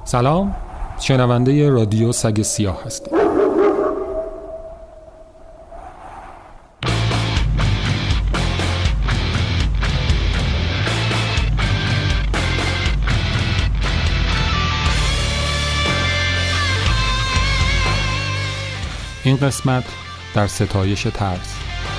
سلام، شنونده رادیو سگ سیاه هستید. این قسمت در ستایش ترس.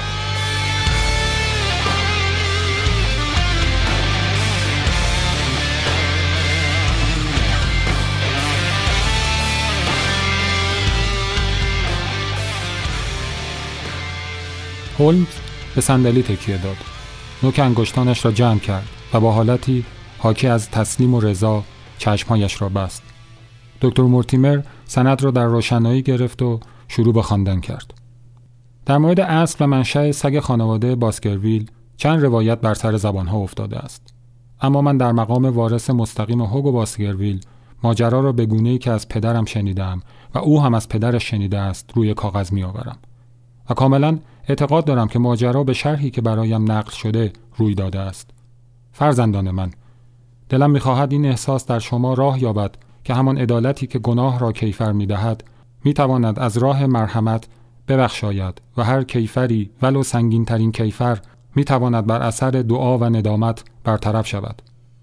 هولمز به صندلی تکیه داد. نوک انگشتانش را جمع کرد و با حالتی حاکی از تسلیم و رضا چشمهایش را بست. دکتر مورتیمر سند را در روشنایی گرفت و شروع به خواندن کرد. در مورد اصل و منشأ سگ خانواده باسکرویل چند روایت بر سر زبانها افتاده است. اما من در مقام وارث مستقیم هوگو باسکرویل ماجرا را به گونه‌ای که از پدرم شنیدم و او هم از پدرش شنیده است روی کاغذ می‌آورم. و کاملا اعتقاد دارم که ماجرا به شرحی که برایم نقل شده روی داده است. فرزندان من، دلم می‌خواهد این احساس در شما راه یابد که همان عدالتی که گناه را کیفر می‌دهد می‌تواند از راه مرحمت ببخشاید و هر کیفری ولو سنگین‌ترین کیفر می‌تواند بر اثر دعا و ندامت برطرف شود.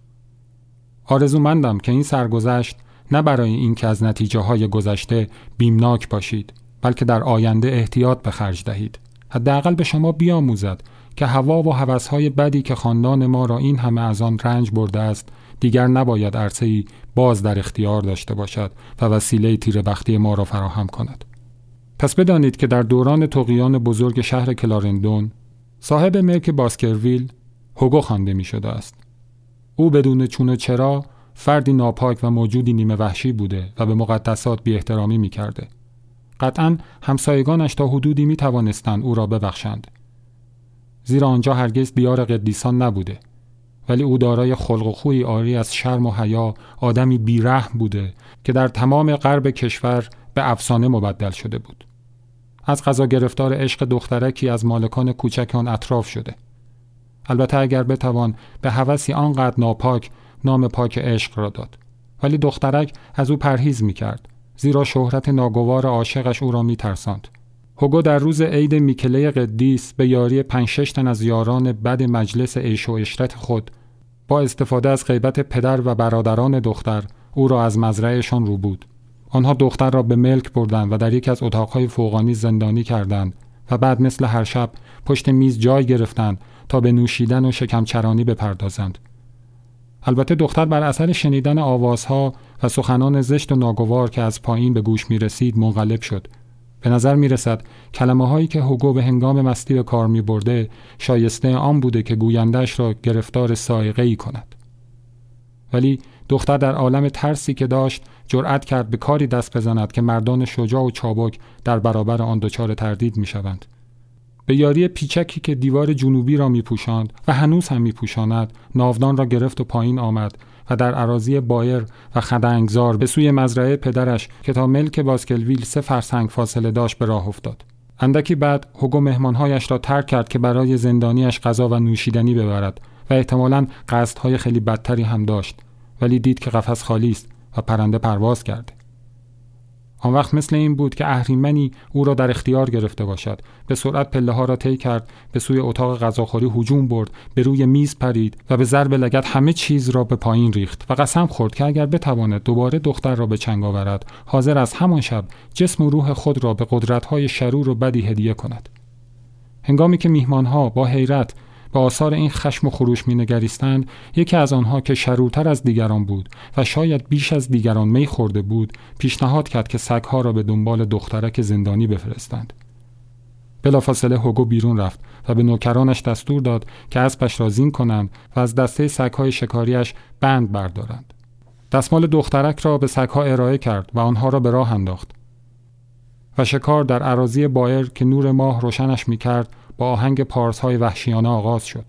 آرزومندم که این سرگذشت نه برای این که از نتیجه‌های گذشته بیمناک باشید، بلکه در آینده احتیاط به خرج دهید. حداقل به شما بیاموزد که هوا و هوس‌های بدی که خاندان ما را این همه از آن رنج برده است دیگر نباید عرصه‌ای باز در اختیار داشته باشد و وسیله تیره‌بختی ما را فراهم کند. پس بدانید که در دوران طغیان بزرگ شهر کلارندون صاحب ملک باسکرویل هوگو خوانده می‌شده است. او بدون چون و چرا فردی ناپاک و موجودی نیمه وحشی بوده و به مقدسات بی‌احترامی می‌کرده. قطعاً همسایگانش تا حدودی می‌توانستند او را ببخشند، زیرا آنجا هرگز دیار قدیسان نبوده. ولی او دارای خلق و خویی عاری از شرم و حیا، آدمی بی‌رحم بوده که در تمام غرب کشور به افسانه مبدل شده بود. از قضا گرفتار عشق دخترکی از مالکان کوچک آن اطراف شده. البته اگر بتوان به هوسی آنقدر ناپاک نام پاک عشق را داد. ولی دخترک از او پرهیز می‌کرد، زیرا شهرت ناگوار عاشقش او را می‌ترساند. هوگو در روز عید میکله قدیس به یاری 5-6 تن از یاران بد مجلس عیش و عشرت خود با استفاده از غیبت پدر و برادران دختر او را از مزرعهشان رو بود. آنها دختر را به ملک بردند و در یک از اتاقهای فوقانی زندانی کردند و بعد مثل هر شب پشت میز جای گرفتند تا به نوشیدن و شکمچرانی بپردازند. البته دختر بر اثر شنیدن آوازها و سخنان زشت و ناگوار که از پایین به گوش می رسید منقلب شد. به نظر می رسد کلمه هایی که هوگو به هنگام مستی به کار می برده شایسته آن بوده که گویندش را گرفتار صاعقه‌ای کند. ولی دختر در عالم ترسی که داشت جرأت کرد به کاری دست بزند که مردان شجاع و چابک در برابر آن دچار تردید می شوند. به یاری پیچکی که دیوار جنوبی را می پوشاند و هنوز هم می پوشاند ناودان را گرفت و پایین آمد و در اراضی بایر و خدنگزار به سوی مزرعه پدرش که تا ملک باسکرویل 3 فرسنگ فاصله داشت به راه افتاد. اندکی بعد هوگو مهمانهایش را ترک کرد که برای زندانیش غذا و نوشیدنی ببرد و احتمالاً قصدهای خیلی بدتری هم داشت، ولی دید که قفس خالی است و پرنده پرواز کرده. آن وقت مثل این بود که اهریمنی او را در اختیار گرفته باشد. به سرعت پله‌ها را طی کرد، به سوی اتاق غذاخوری هجوم برد، به روی میز پرید و به ضرب لگد همه چیز را به پایین ریخت و قسم خورد که اگر بتواند دوباره دختر را به چنگ آورد، حاضر از همان شب جسم و روح خود را به قدرت‌های شرور و بدی هدیه کند. هنگامی که میهمان‌ها با حیرت به آثار این خشم و خروش می‌نگریستند، یکی از آنها که شرورتر از دیگران بود و شاید بیش از دیگران می خورده بود، پیشنهاد کرد که سگ‌ها را به دنبال دخترک زندانی بفرستند. بلافاصله هوگو بیرون رفت و به نوکرانش دستور داد که اسبش را زین کنند و از دسته سگ‌های شکاریش بند بردارند. دستمال دخترک را به سگ‌ها ارائه کرد و آنها را به راه انداخت. و شکار در اراضی بایر که نور ماه روشنش می‌کرد با آهنگ پارس‌های وحشیانه آغاز شد.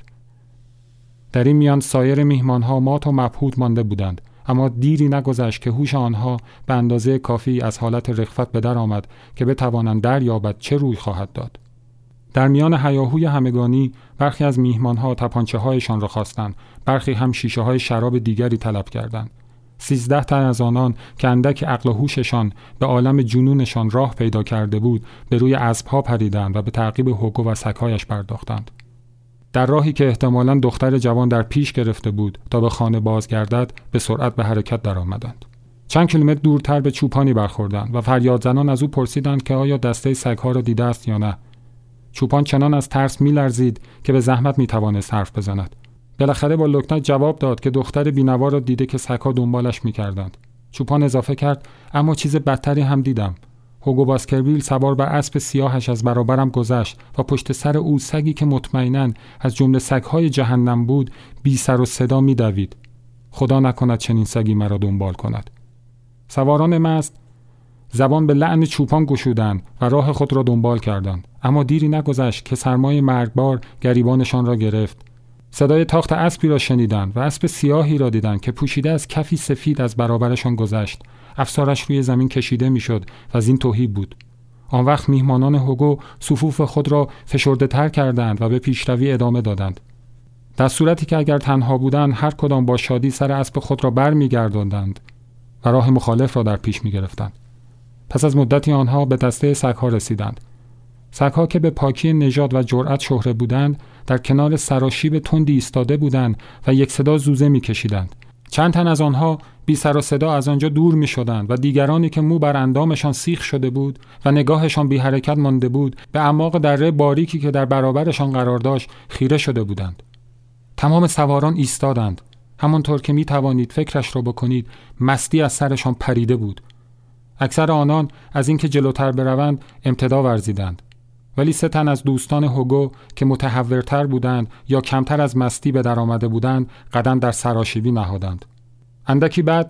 در این میان سایر میهمان‌ها مات و مبهوت مانده بودند، اما دیری نگذشت که هوش آنها به اندازه کافی از حالت رغبت به در آمد که بتوانند دریابد چه روی خواهد داد. در میان هیاهوی همگانی برخی از میهمان‌ها تپانچه‌هایشان را خواستند، برخی هم شیشه‌های شراب دیگری طلب کردند. 13 تن از آنان که اندک عقل و هوششان به عالم جنونشان راه پیدا کرده بود به روی اسب‌ها پریدند و به تعقیب هوگو و سگ‌هایش پرداختند. در راهی که احتمالاً دختر جوان در پیش گرفته بود تا به خانه بازگردد به سرعت به حرکت درآمدند. چند کیلومتر دورتر به چوپانی برخوردند و فریاد زنان از او پرسیدند که آیا دسته سگ‌ها را دیده است یا نه. چوپان چنان از ترس می‌لرزید که به زحمت می‌توانست حرف بزند. بالاخره با لکنت جواب داد که دختر بینوا را دیده که سگ‌ها دنبالش می‌کردند. چوپان اضافه کرد اما چیز بدتری هم دیدم. هوگو باسکرویل سوار بر اسب سیاهش از برابرم گذشت و پشت سر او سگی که مطمئناً از جمله سگ‌های جهنم بود بی سر و صدا می‌دوید. خدا نکند چنین سگی مرا دنبال کند. سواران مست زبان به لعن چوپان گشودند و راه خود را دنبال کردند، اما دیری نگذشت که سرمای مرگبار گریبانشان را گرفت. صدای تاخت اسبی را شنیدند و اسب سیاهی را دیدند که پوشیده از کفی سفید از برابرشان گذشت. افسارش روی زمین کشیده میشد و از این توهی بود. آن وقت میهمانان هوگو صفوف خود را فشرده تر کردند و به پیشروی ادامه دادند. در صورتی که اگر تنها بودند هر کدام با شادی سر اسب خود را برمیگرداندند و راه مخالف را در پیش میگرفتند. پس از مدتی آنها به دسته سگ‌ها رسیدند. سگ‌ها که به پاکی نژاد و جرأت شهره بودند در کنار سراشیب تندی ایستاده بودند و یک صدا زوزه می‌کشیدند. چند تن از آنها بی سر و صدا از آنجا دور می‌شدند و دیگرانی که مو بر اندامشان سیخ شده بود و نگاهشان بی حرکت مانده بود به اعماق دره باریکی که در برابرشان قرار داشت خیره شده بودند. تمام سواران ایستادند. همانطور که می‌توانید فکرش را بکنید مستی از سرشان پریده بود. اکثر آنان از اینکه جلوتر بروند امتدا ورزیدند، ولی 3 تن از دوستان هوگو که متهورتر بودند یا کمتر از مستی به در آمده بودند قدم در سراشیبی نهادند. اندکی بعد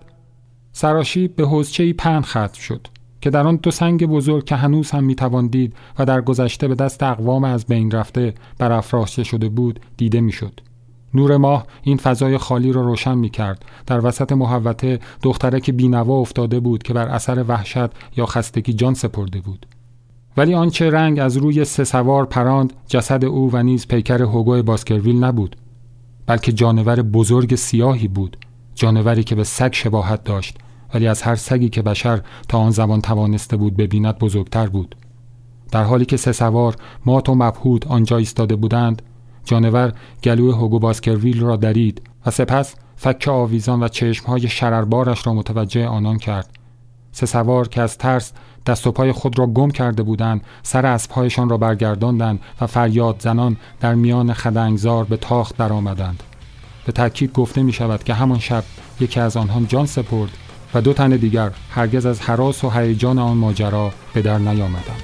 سراشیب به حوضچه‌ای پهن ختم شد که در آن 2 سنگ بزرگ که هنوز هم میتوان دید و در گذشته به دست اقوام از بین رفته برافراشته شده بود دیده میشد. نور ماه این فضای خالی را روشن می‌کرد. در وسط محوطه دخترک بینوا افتاده بود که بر اثر وحشت یا خستگی جان سپرده بود. ولی آنچه رنگ از روی 3 سوار پراند جسد او و نیز پیکر هوگو باسکرویل نبود، بلکه جانور بزرگ سیاهی بود، جانوری که به سگ شباهت داشت ولی از هر سگی که بشر تا آن زمان توانسته بود ببیند بزرگتر بود. در حالی که 3 سوار مات و مبهوت آنجا ایستاده بودند، جانور گلوی هوگو باسکرویل را درید و سپس فک آویزان و چشمهای شرربارش را متوجه آنان کرد. 3 سوار که از ترس دست و پای خود را گم کرده بودند سر اسب‌هایشان را برگرداندند و فریاد زنان در میان خدنگزار به تاخت در آمدند. به تأکید گفته می شود که همان شب یکی از آنها جان سپرد و 2 تن دیگر هرگز از هراس و هیجان آن ماجرا به در نیامدند.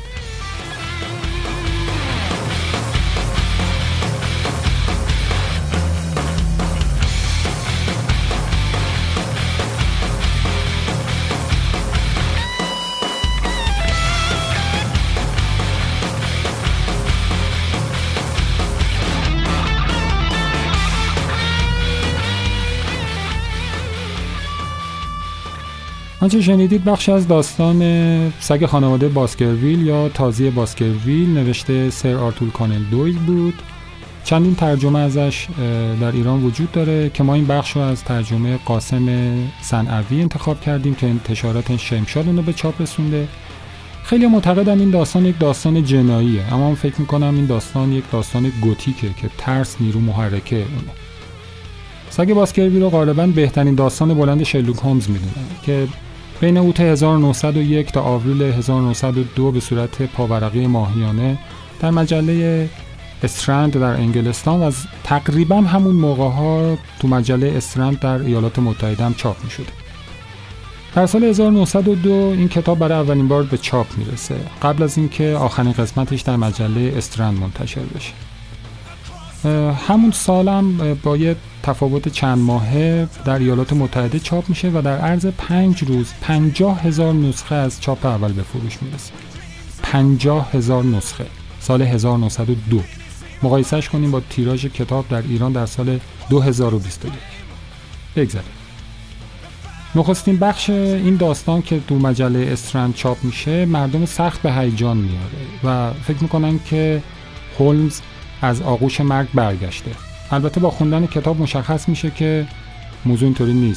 آنچه شنیدید بخشی از داستان سگ خانواده باسکرویل یا تازی باسکرویل نوشته سر آرتور کانن دویل بود. چندین ترجمه ازش در ایران وجود داره که ما این بخش رو از ترجمه قاسم صنعوی انتخاب کردیم که انتشارات شمشاد اونو به چاپ رسونده. خیلی معتقدن این داستان یک داستان جناییه، اما من فکر میکنم این داستان یک داستان گوتیکه که ترس نیرو محرکه اونه. سگ باسکرویل رو غالباً بهترین داستان بلند شرلوک هولمز میدونن که بین اوت 1901 تا آوریل 1902 به صورت پاورقی ماهیانه در مجله استرند در انگلستان و از تقریبا همون موقع ها تو مجله استرند در ایالات متحده هم چاپ می شده. در سال 1902 این کتاب برای اولین بار به چاپ میرسه، قبل از اینکه آخرین قسمتش در مجله استرند منتشر بشه. همون سالم با یه تفاوت چند ماهه در ایالات متحده چاپ میشه و در عرض 5 روز 50,000 نسخه از چاپ اول به فروش میرسه. 50,000 نسخه سال 1902. مقایسهش کنیم با تیراژ کتاب در ایران در سال 2021. بگذاریم. نخستین بخش این داستان که تو مجله استرند چاپ میشه مردم سخت به هیجان میاره و فکر میکنن که هولمز از آغوش مرگ برگشته. البته با خوندن کتاب مشخص میشه که موضوع اینطوری نیست.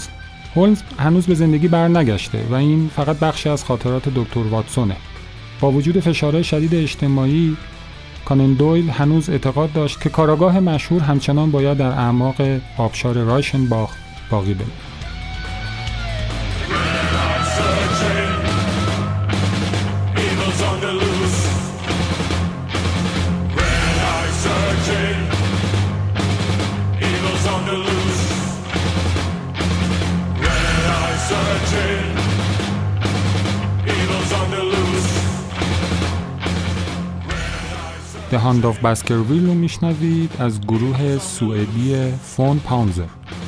هولمز هنوز به زندگی برنگشته و این فقط بخشی از خاطرات دکتر واتسونه. با وجود فشارهای شدید اجتماعی، کانن دویل هنوز اعتقاد داشت که کاراگاه مشهور همچنان باید در اعماق آبشار رایشنباخ باقی بماند. The Hound of Baskerville رو میشنوید از گروه سوئدی فون پانزر.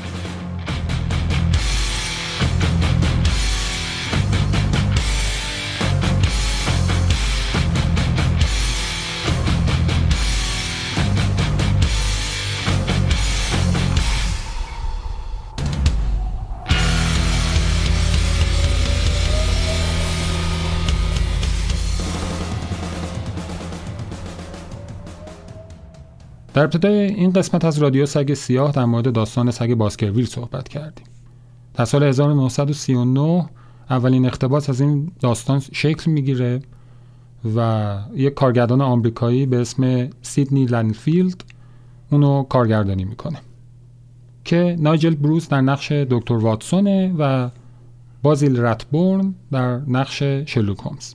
در ابتدای این قسمت از رادیو سگ سیاه در مورد داستان سگ باسکرویل صحبت کردیم. در سال 1939 اولین اقتباس از این داستان شکل میگیره و یک کارگردان آمریکایی به اسم سیدنی لنفیلد اونو کارگردانی میکنه که نایجل بروس در نقش دکتر واتسونه و بازیل راتبورن در نقش شرلوک هولمز.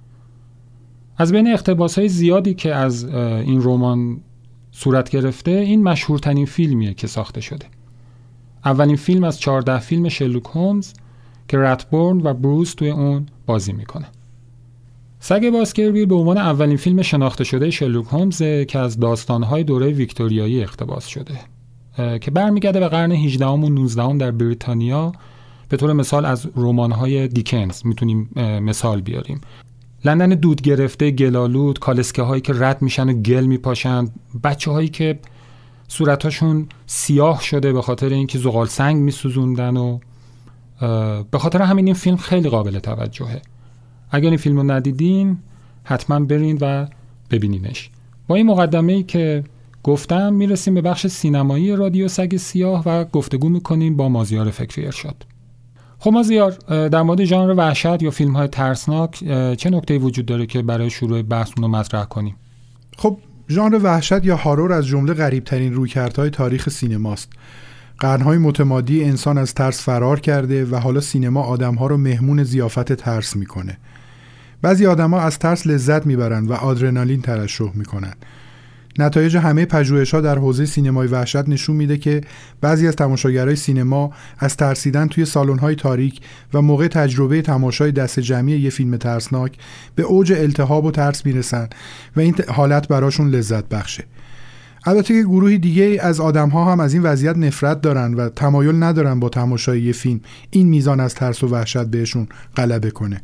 از بین اقتباس‌های زیادی که از این رمان صورت گرفته، این مشهورترین فیلمیه که ساخته شده. اولین فیلم از 14 فیلم شرلوک هولمز که راتبورن و بروس توی اون بازی میکنه. سگ باسکرویل به عنوان اولین فیلم شناخته شده شرلوک هولمز که از داستان‌های دوره ویکتوریایی اقتباس شده که برمیگرده به قرن 18 و 19 در بریتانیا. به طور مثال از رمان‌های دیکنز میتونیم مثال بیاریم. لندن دود گرفته، گلالود، کالسکه هایی که رد میشن و گل میپاشن، بچه هایی که صورتاشون سیاه شده به خاطر اینکه زغال سنگ میسوزوندن و به خاطر همین این فیلم خیلی قابل توجهه. اگر این فیلم رو ندیدین حتما برین و ببینینش. با این مقدمه‌ای که گفتم میرسیم به بخش سینمایی رادیو سگ سیاه و گفتگو میکنیم با مازیار فکری ارشاد. خب مازیار، در مورد ژانر وحشت یا فیلم‌های ترسناک چه نکته‌ای وجود داره که برای شروع بحثمون رو مطرح کنیم؟ خب ژانر وحشت یا هارور از جمله غریب‌ترین رویکردهای تاریخ سینماست. قرن‌های متمادی انسان از ترس فرار کرده و حالا سینما آدم‌ها رو مهمون ضیافت ترس می‌کنه. بعضی آدم‌ها از ترس لذت می‌برن و آدرنالین ترشح می‌کنن. نتایج همه پژوهش‌ها در حوزه سینمای وحشت نشون میده که بعضی از تماشاگرای سینما از ترسیدن توی سالن‌های تاریک و موقع تجربه تماشای دست جمعی یه فیلم ترسناک به اوج التهاب و ترس میرسن و این حالت براشون لذت بخشه. البته که گروهی دیگه از آدم‌ها هم از این وضعیت نفرت دارن و تمایل ندارن با تماشای یه فیلم این میزان از ترس و وحشت بهشون غلبه کنه.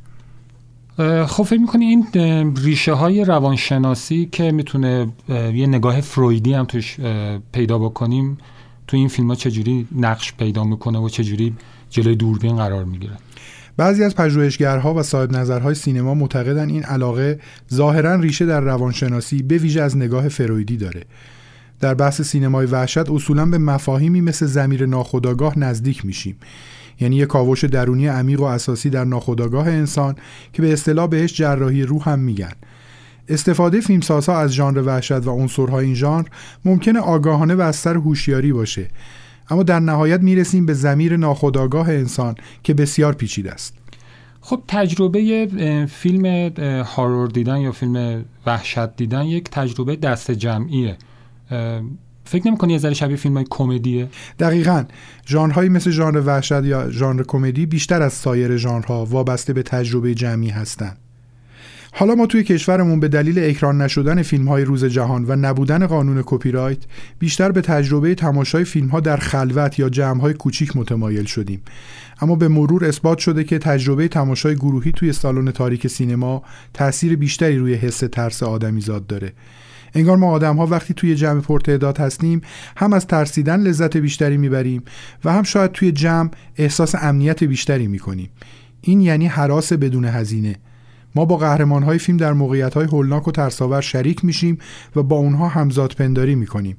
خب فکر می‌کنی این ریشه های روانشناسی که میتونه یه نگاه فرویدی هم توش پیدا بکنیم تو این فیلم‌ها چجوری نقش پیدا میکنه و چجوری جلوی دوربین قرار میگیره؟ بعضی از پژوهشگرها و صاحب نظرهای سینما معتقدن این علاقه ظاهراً ریشه در روانشناسی به ویژه از نگاه فرویدی داره. در بحث سینمای وحشت اصولاً به مفاهیمی مثل ضمیر ناخودآگاه نزدیک میشیم، یعنی یک کاوش درونی عمیق و اساسی در ناخودآگاه انسان که به اصطلاح بهش جراحی روح هم میگن. استفاده فیلمسازها از ژانر وحشت و عنصرهای این ژانر ممکنه آگاهانه و از سر هوشیاری باشه، اما در نهایت میرسیم به ضمیر ناخودآگاه انسان که بسیار پیچیده است. خب تجربه فیلم هارور دیدن یا فیلم وحشت دیدن یک تجربه دست جمعیه. فکر نمی‌کنی یه ذره شبیه فیلم‌های کمدیه؟ دقیقاً. ژانرهایی مثل ژانر وحشت یا ژانر کمدی بیشتر از سایر ژانرها وابسته به تجربه جمعی هستند. حالا ما توی کشورمون به دلیل اکران نشدن فیلم‌های روز جهان و نبودن قانون کپی رایت بیشتر به تجربه تماشای فیلم‌ها در خلوت یا جمع‌های کوچیک متمایل شدیم. اما به مرور اثبات شده که تجربه تماشای گروهی توی سالن تاریک سینما تأثیر بیشتری روی حس ترس آدمیزاد داره. انگار ما آدم‌ها وقتی توی جمع پرتعداد هستیم هم از ترسیدن لذت بیشتری میبریم و هم شاید توی جمع احساس امنیت بیشتری میکنیم. این یعنی هراس بدون هزینه. ما با قهرمان‌های فیلم در موقعیت‌های هولناک و ترس‌آور شریک میشیم و با اونها همزادپنداری میکنیم.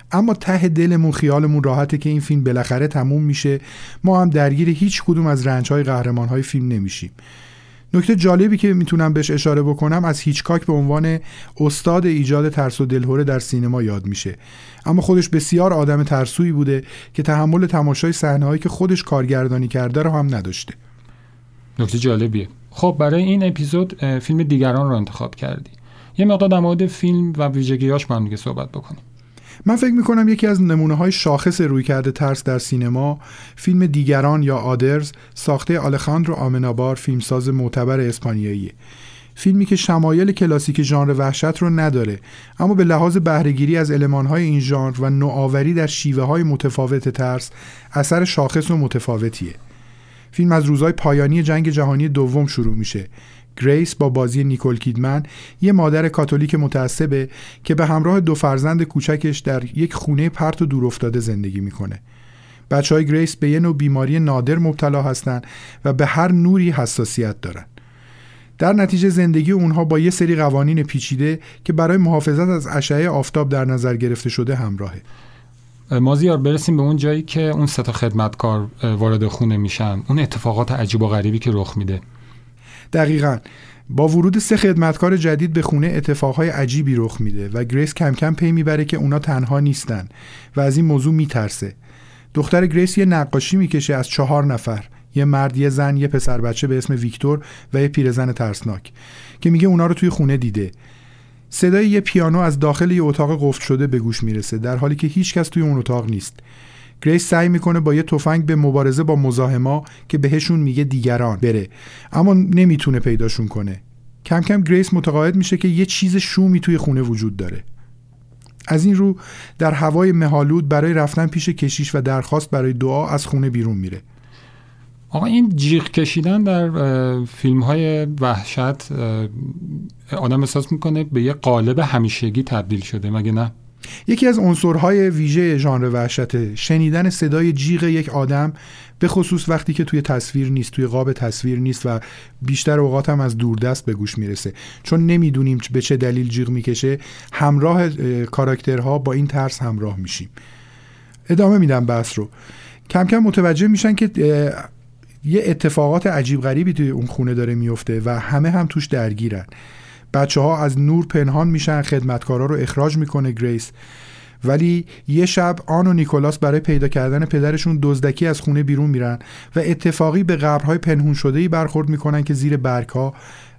اما ته دلمون خیالمون راحته که این فیلم بالاخره تموم میشه، ما هم درگیر هیچ کدوم از رنج‌های قهرمان‌های فیلم نمیشیم. نکته جالبی که میتونم بهش اشاره بکنم از هیچکاک به عنوان استاد ایجاد ترس و دلهره در سینما یاد میشه، اما خودش بسیار آدم ترسویی بوده که تحمل تماشای صحنه‌هایی که خودش کارگردانی کرده رو هم نداشته. نکته جالبیه. خب برای این اپیزود فیلم دیگران رو انتخاب کردی. یه مقدار در مورد فیلم و ویژگی‌هاش با هم دیگه صحبت بکنیم. من فکر میکنم یکی از نمونه‌های شاخص رویکرد ترس در سینما فیلم دیگران یا آدرز ساخته آلخاندرو آمنابار، فیلمساز معتبر اسپانیاییه. فیلمی که شمایل کلاسیک ژانر وحشت رو نداره، اما به لحاظ بهره‌گیری از المان‌های این ژانر و نوآوری در شیوه‌های متفاوت ترس اثر شاخص و متفاوتیه. فیلم از روزهای پایانی جنگ جهانی دوم شروع میشه. گریس با بازی نیکول کیدمن یه مادر کاتولیک متعصبه که به همراه 2 فرزند کوچکش در یک خونه پرت و دور افتاده زندگی میکنه. بچهای گریس به یه نوع بیماری نادر مبتلا هستن و به هر نوری حساسیت دارن. در نتیجه زندگی اونها با یه سری قوانین پیچیده که برای محافظت از اشعه آفتاب در نظر گرفته شده همراهه. مازیار برسیم به اون جایی که اون 3 خدمتکار وارد خونه میشن، اون اتفاقات عجیب و غریبی که رخ میده. دقیقاً با ورود 3 خدمتکار جدید به خونه اتفاقهای عجیبی رخ میده و گریس کم کم پی میبره که اونا تنها نیستن و از این موضوع میترسه. دختر گریس یه نقاشی میکشه از 4 نفر، یه مرد، یه زن، یه پسر بچه به اسم ویکتور و یه پیرزن ترسناک که میگه اونا رو توی خونه دیده. صدای یه پیانو از داخل یه اتاق قفل شده به گوش میرسه در حالی که هیچ کس توی اون اتاق نیست. گریس سعی میکنه با یه تفنگ به مبارزه با مزاحما که بهشون میگه دیگران بره، اما نمیتونه پیداشون کنه. کم کم گریس متقاعد میشه که یه چیز شومی توی خونه وجود داره. از این رو در هوای مه‌آلود برای رفتن پیش کشیش و درخواست برای دعا از خونه بیرون میره. آقا این جیغ کشیدن در فیلم‌های وحشت آدم احساس میکنه به یه قالب همیشگی تبدیل شده، مگه نه؟ یکی از عنصرهای ویژه ژانر وحشت شنیدن صدای جیغ یک آدم، به خصوص وقتی که توی تصویر نیست، توی قاب تصویر نیست و بیشتر اوقات هم از دوردست به گوش میرسه. چون نمیدونیم به چه دلیل جیغ میکشه، همراه کاراکترها با این ترس همراه میشیم. ادامه میدم بحث رو. کم کم متوجه میشن که یه اتفاقات عجیب غریبی توی اون خونه داره میفته و همه هم توش درگیرن. بچه‌ها از نور پنهان میشن، خدمتکارا رو اخراج میکنه گریس، ولی یه شب آن و نیکولاس برای پیدا کردن پدرشون دزدکی از خونه بیرون میرن و اتفاقی به قبرهای پنهون شده‌ای برخورد میکنن که زیر برگ‌ها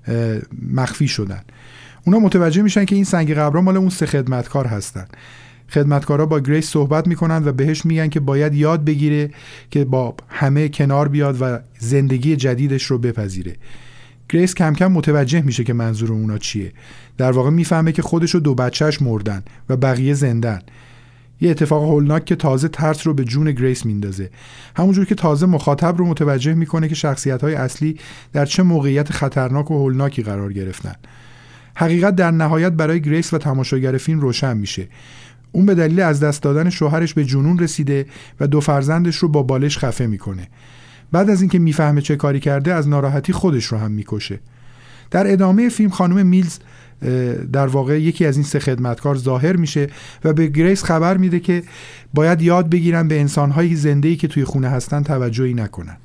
مخفی شدن. اونا متوجه میشن که این سنگ قبرها مال اون 3 خدمتکار هستن. خدمتکارا با گریس صحبت میکنن و بهش میگن که باید یاد بگیره که با همه کنار بیاد و زندگی جدیدش رو بپذیره. گریس کم کم متوجه میشه که منظور اونا چیه. در واقع میفهمه که خودش و 2 بچهش مردن و بقیه زندن. یه اتفاق هولناک که تازه ترس رو به جون گریس میندازه. همونجور که تازه مخاطب رو متوجه میکنه که شخصیت‌های اصلی در چه موقعیت خطرناک و هولناکی قرار گرفتن. حقیقت در نهایت برای گریس و تماشاگر فیلم روشن میشه. اون به دلیل از دست دادن شوهرش به جنون رسیده و 2 فرزندش رو با بالش خفه میکنه. بعد از اینکه میفهمه چه کاری کرده، از ناراحتی خودش رو هم میکشه. در ادامه فیلم خانم میلز در واقع یکی از این 3 خدمتکار ظاهر میشه و به گریس خبر میده که باید یاد بگیرن به انسان‌های زنده‌ای که توی خونه هستن توجهی نکنن.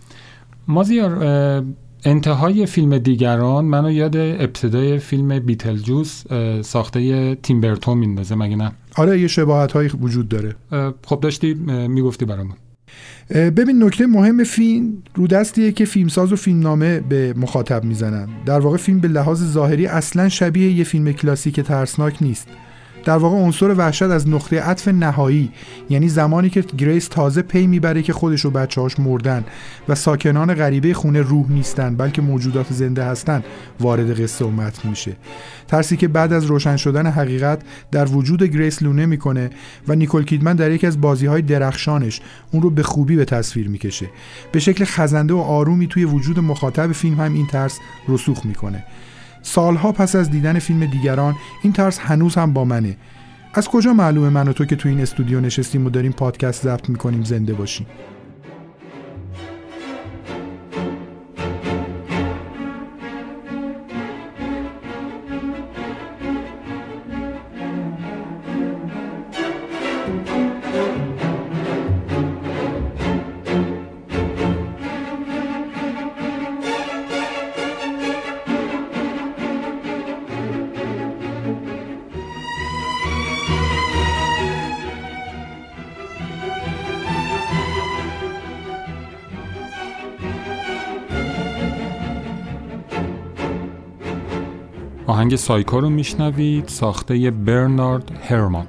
مازیار، انتهای فیلم دیگران منو یاد ابتدای فیلم بیتلجوس ساخته تیم برتون میندازه، مگه نه؟ آره، یه شباهت‌هایی وجود داره. خب داشتی میگفتی برامون. ببین، نکته مهم فیلم رو دستیه که فیلمساز و فیلمنامه به مخاطب میزنن. در واقع فیلم به لحاظ ظاهری اصلا شبیه یه فیلم کلاسیک ترسناک نیست. در واقع عنصر وحشت از نقطه عطف نهایی، یعنی زمانی که گریس تازه پی میبره که خودش و بچه‌هاش مردن و ساکنان غریبه خونه روح نیستن بلکه موجودات زنده هستن، وارد قصه و متن میشه. ترسی که بعد از روشن شدن حقیقت در وجود گریس لونه میکنه و نیکول کیدمن در یکی از بازی‌های درخشانش اون رو به خوبی به تصویر میکشه. به شکل خزنده و آرومی توی وجود مخاطب فیلم هم این ترس رسوخ میکنه. سالها پس از دیدن فیلم دیگران این ترس هنوز هم با منه. از کجا معلومه من و تو که تو این استودیو نشستیم و داریم پادکست ضبط میکنیم زنده باشیم؟ آهنگ سایکو رو میشنوید، ساخته برنارد هرمان.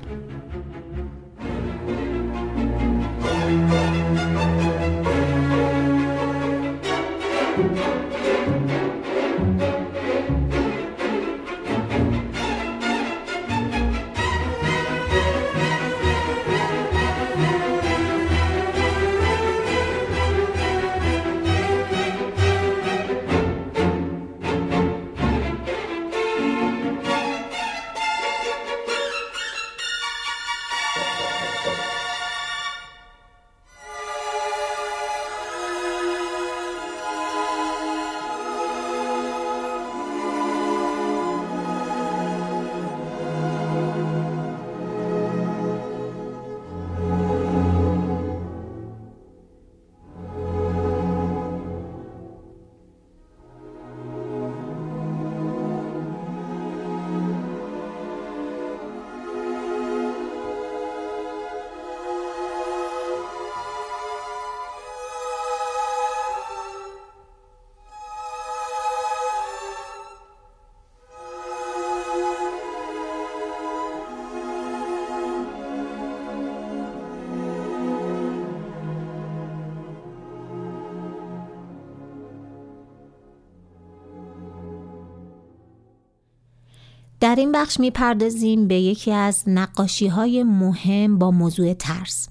در این بخش میپردازیم به یکی از نقاشی‌های مهم با موضوع ترس.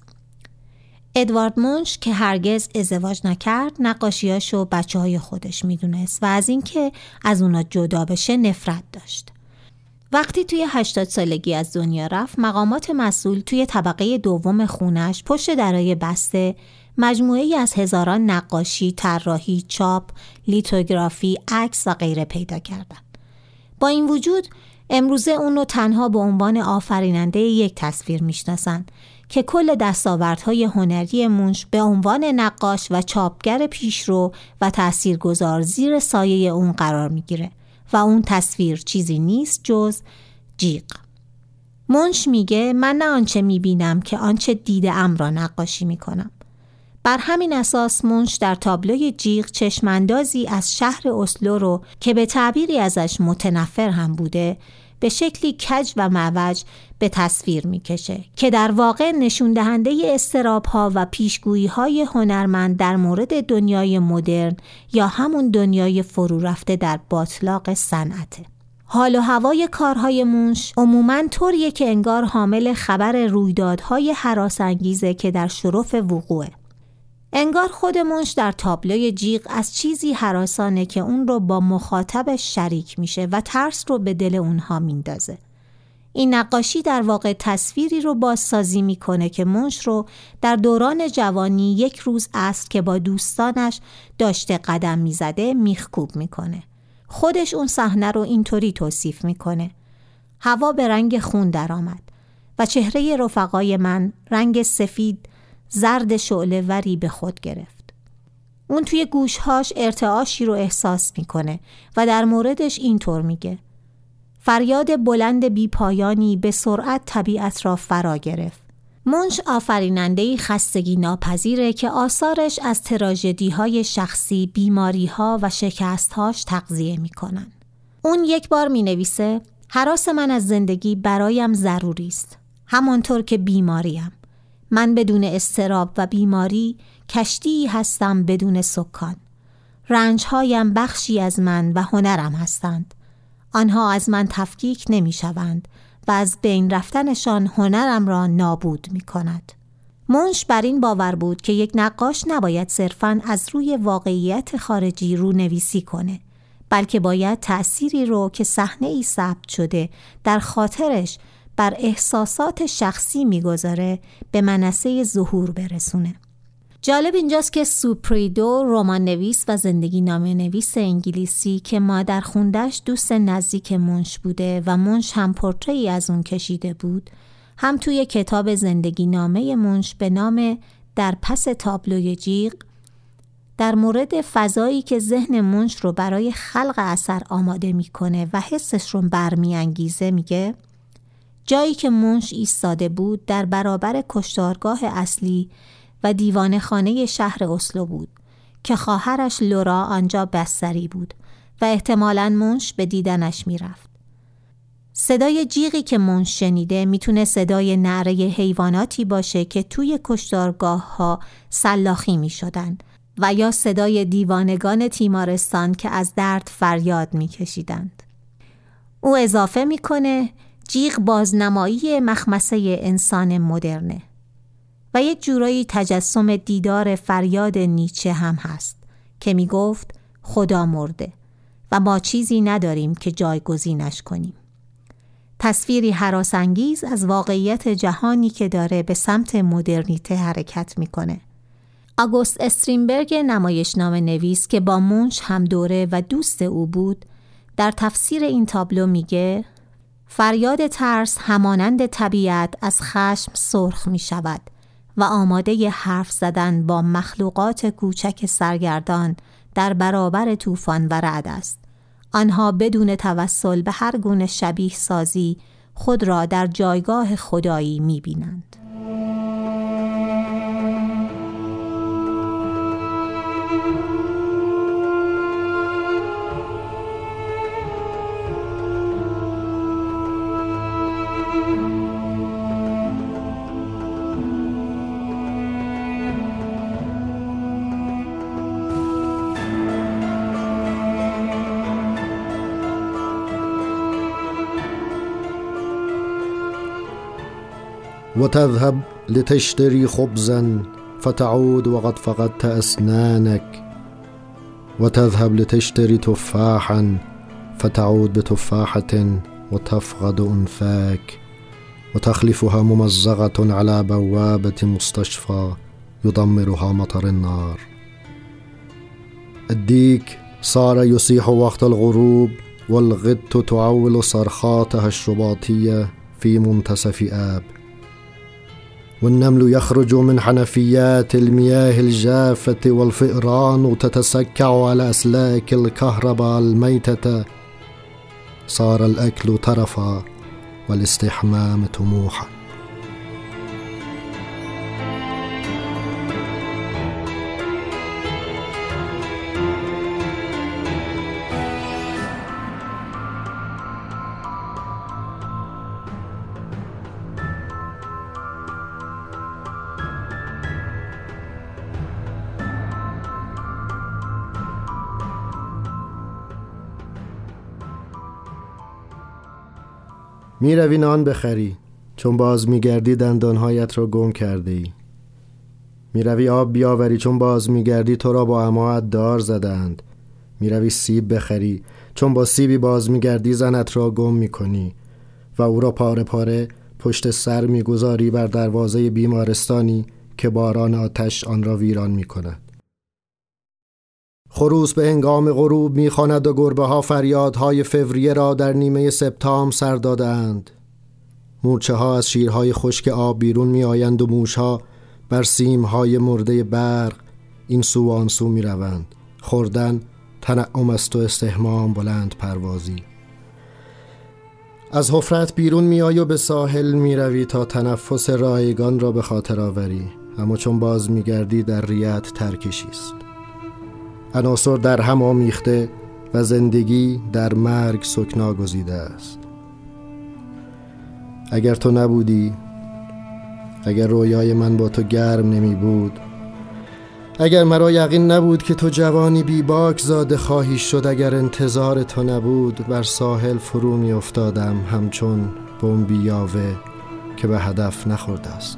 ادوارد مونش که هرگز ازدواج نکرد، نقاشیاشو بچه‌های خودش میدونست و از اینکه از اونا جدا بشه نفرت داشت. وقتی توی 80 سالگی از دنیا رفت، مقامات مسئول توی طبقه دوم خونش پشت درای بسته مجموعه‌ای از هزاران نقاشی، طراحی، چاپ، لیتوگرافی، عکس و غیره پیدا کردند. با این وجود امروزه اون رو تنها به عنوان آفریننده یک تصویر میشناسن که کل دستاوردهای هنری مونش به عنوان نقاش و چاپگر پیشرو و تاثیرگذار زیر سایه اون قرار میگیره و اون تصویر چیزی نیست جز جیغ. مونش میگه من نه آنچه میبینم که آنچه دیده‌ام را نقاشی میکنم. بر همین اساس مونش در تابلوی جیغ چشماندازی از شهر اسلو رو که به تعبیری ازش متنفر هم بوده به شکلی کج و معوج به تصویر میکشه که در واقع نشون دهنده اضطراب‌ها و پیشگویی‌های هنرمند در مورد دنیای مدرن یا همون دنیای فرو رفته در باطلاق صنعته. حال و هوای کارهای مونش عموماً طوریه که انگار حامل خبر رویدادهای هراس‌انگیزه که در شرف وقوعه. انگار خود مونش در تابلوی جیغ از چیزی هراسانه که اون رو با مخاطبش شریک میشه و ترس رو به دل اونها میندازه. این نقاشی در واقع تصویری رو بازسازی میکنه که مونش رو در دوران جوانی یک روز عصر که با دوستانش داشته قدم میزده میخکوب میکنه. خودش اون صحنه رو اینطوری توصیف میکنه: هوا به رنگ خون در آمد و چهره رفقای من رنگ سفید زرد شعله وری به خود گرفت. اون توی گوشهاش ارتعاشی رو احساس میکنه و در موردش اینطور میگه: فریاد بلند بی پایانی به سرعت طبیعت را فرا گرفت. مونش آفریننده‌ای خستگی ناپذیره که آثارش از تراژدی‌های شخصی، بیماری‌ها و شکست‌هاش تغذیه میکنن. اون یک بار مینویسه: هراس من از زندگی برایم ضروری است، همانطور که بیماریم. من بدون اضطراب و بیماری کشتی هستم بدون سکان. رنجهایم بخشی از من و هنرم هستند. آنها از من تفکیک نمی شوند و از بین رفتنشان هنرم را نابود می کند. مونش بر این باور بود که یک نقاش نباید صرفاً از روی واقعیت خارجی رونویسی کنه، بلکه باید تأثیری رو که صحنه‌ای ثبت شده در خاطرش بر احساسات شخصی میگذاره به منصه ظهور برسونه. جالب اینجاست که سوپریدو رمان نویس و زندگی نامه نویس انگلیسی که مادر خوندش دوست نزدیک مونش بوده و مونش هم پورتری از اون کشیده بود، هم توی کتاب زندگی نامه مونش به نام در پس تابلوی جیغ در مورد فضایی که ذهن مونش رو برای خلق اثر آماده میکنه و حسش رو برمیانگیزه میگه: جایی که مونش ایستاده بود در برابر کشتارگاه اصلی و دیوانه خانه شهر اسلو بود که خواهرش لورا آنجا بستری بود و احتمالاً مونش به دیدنش می رفت. صدای جیغی که منش شنیده میتونه صدای نعره حیواناتی باشه که توی کشتارگاه‌ها سلاخی میشدن و یا صدای دیوانگان تیمارستان که از درد فریاد میکشیدند. او اضافه میکنه جیغ بازنمایی مخمسه انسان مدرنه و یک جورایی تجسم دیدار فریاد نیچه هم هست که میگفت خدا مرده و ما چیزی نداریم که جایگزینش کنیم. تصویری هراس‌انگیز از واقعیت جهانی که داره به سمت مدرنیته حرکت میکنه. آگوست استرینبرگ نمایشنامه نویس که با منش هم دوره و دوست او بود در تفسیر این تابلو میگه فریاد ترس همانند طبیعت از خشم سرخ می شود و آماده حرف زدن با مخلوقات کوچک سرگردان در برابر طوفان و رعد است. آنها بدون توسل به هر گونه شبیه سازی خود را در جایگاه خدایی می بینند. وتذهب لتشتري خبزا فتعود وقد فقدت أسنانك وتذهب لتشتري تفاحا فتعود بتفاحة وتفقد أنفاك وتخلفها ممزقة على بوابة مستشفى يدمرها مطر النار. الديك صار يصيح وقت الغروب والغت تعول صرخاتها الشباطية في منتصف آب والنمل يخرج من حنفيات المياه الجافة والفئران تتسكع على أسلاك الكهرباء الميتة. صار الأكل ترفا والاستحمام طموحا. می روی نان بخری چون باز می گردی دندانهایت را گم کرده ای. می روی آب بیاوری چون باز می گردی تو را با عماات دار زدند. می روی سیب بخری چون با سیبی باز می گردی زنت را گم می کنی و او را پاره پاره پشت سر می گذاری بر دروازه بیمارستانی که باران آتش آن را ویران می کند. خروس به هنگام غروب می‌خواند و گربه ها فریادهای فوریه را در نیمه سپتامبر سر دادند. مورچه ها از شیرهای خشک آب بیرون می آیند و موش ها بر سیمهای مرده برق این سو و آن سو می روند. خوردن تنعم است و استحمام بلند پروازی. از حفرت بیرون می آیی و به ساحل می روی تا تنفس رایگان را به خاطر آوری، اما چون باز می گردی در ریت ترکشی است. عناصر در هم آمیخته و زندگی در مرگ سکنا گزیده است. اگر تو نبودی، اگر رویای من با تو گرم نمی بود، اگر مرا یقین نبود که تو جوانی بی باک زاده خواهی شد، اگر انتظار تو نبود بر ساحل فرو می افتادم همچون بمبی یاوه که به هدف نخورده است.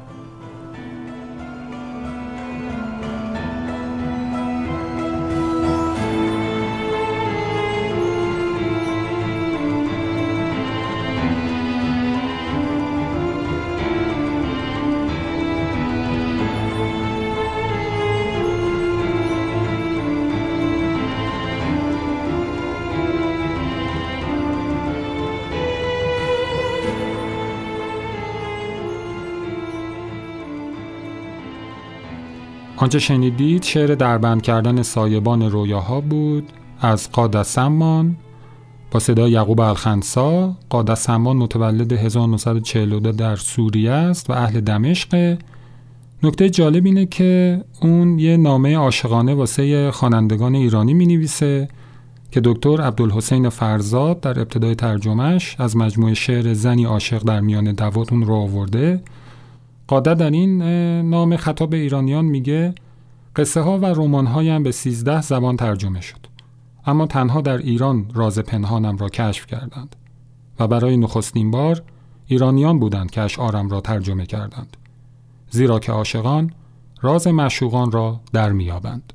آنچه شنیدید شعر دربند کردن سایبان رویاها بود از قادس سمان با صدای یعقوب الخنسا. قادس سمان متولد 1942 در سوریه است و اهل دمشق. نکته جالب اینه که اون یه نامه عاشقانه واسه خوانندگان ایرانی می‌نویسه که دکتر عبدالحسین فرزاد در ابتدای ترجمهش از مجموعه شعر زنی عاشق در میان دواتون رو آورده. قاده در این نام خطاب ایرانیان میگه قصه ها و رمان هایم به 13 زبان ترجمه شد، اما تنها در ایران راز پنهانم را کشف کردند و برای نخستین بار ایرانیان بودند که اشعارم را ترجمه کردند، زیرا که عاشقان راز معشوقان را در میابند.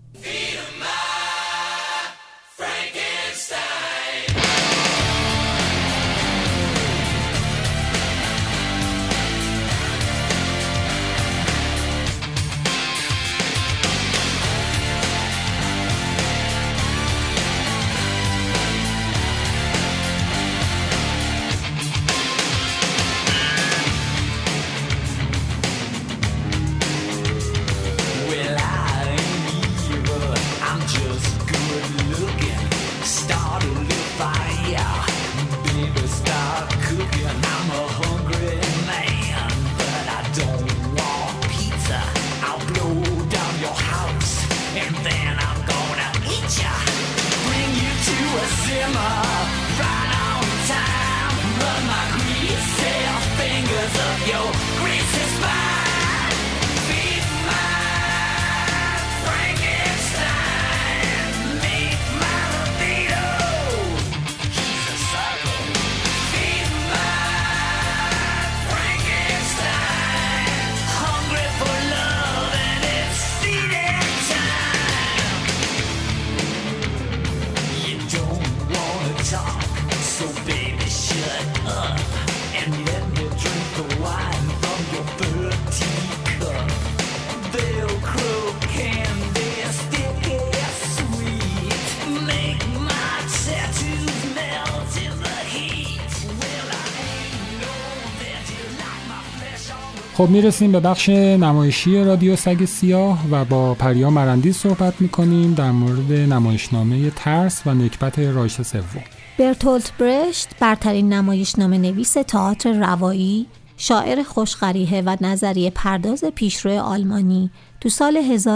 خب میرسیم به بخش نمایشی رادیو سگ سیاه و با پریا مرندی صحبت میکنیم در مورد نمایشنامه ترس و نکبت رایش سوم. برتولت برشت برترین نمایشنامه نویس تئاتر روایی، شاعر خوشقریحه و نظریه پرداز پیشرو آلمانی تو سال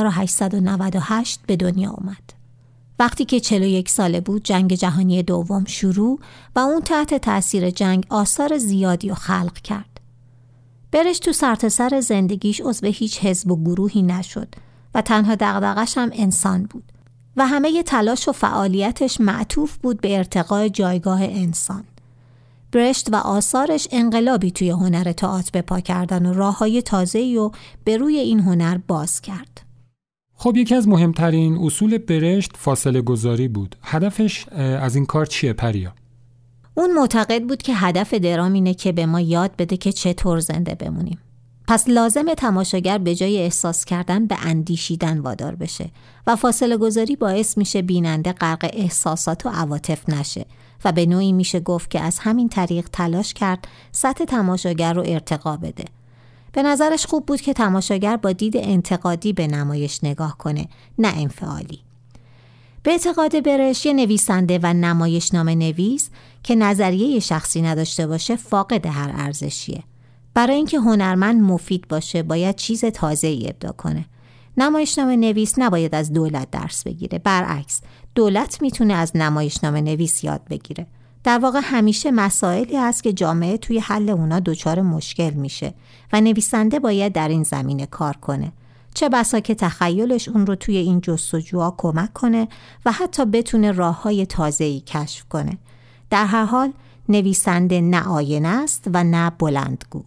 1898 به دنیا اومد. وقتی که 41 ساله بود جنگ جهانی دوم شروع و اون تحت تأثیر جنگ آثار زیادی رو خلق کرد. برشت تو سرتاسر زندگیش عضو هیچ حزب و گروهی نشد و تنها دغدغش هم انسان بود و همه تلاش و فعالیتش معطوف بود به ارتقاء جایگاه انسان. برشت و آثارش انقلابی توی هنر تئاتر به پا کردن و راه‌های تازه‌ای رو به روی این هنر باز کرد. خب یکی از مهمترین اصول برشت فاصله گذاری بود. هدفش از این کار چیه پریا؟ اون معتقد بود که هدف درام اینه که به ما یاد بده که چطور زنده بمونیم. پس لازمه تماشاگر به جای احساس کردن به اندیشیدن وادار بشه و فاصله گذاری باعث میشه بیننده غرق احساسات و عواطف نشه و به نوعی میشه گفت که از همین طریق تلاش کرد سطح تماشاگر رو ارتقا بده. به نظرش خوب بود که تماشاگر با دید انتقادی به نمایش نگاه کنه، نه انفعالی. به اعتقاد برش یه نویسنده و نمایشنامه نویس که نظریه شخصی نداشته باشه فاقد هر ارزشیه. برای اینکه هنرمند مفید باشه باید چیز تازه‌ای ابداع کنه. نمایشنامه نویس نباید از دولت درس بگیره، برعکس دولت میتونه از نمایشنامه نویس یاد بگیره. در واقع همیشه مسائلی هست که جامعه توی حل اونا دچار مشکل میشه و نویسنده باید در این زمینه کار کنه. چه بسا که تخیلش اون رو توی این جستجوها کمک کنه و حتی بتونه راه‌های تازه‌ای کشف کنه. در هر حال نویسنده نه آینه است و نه بلندگو.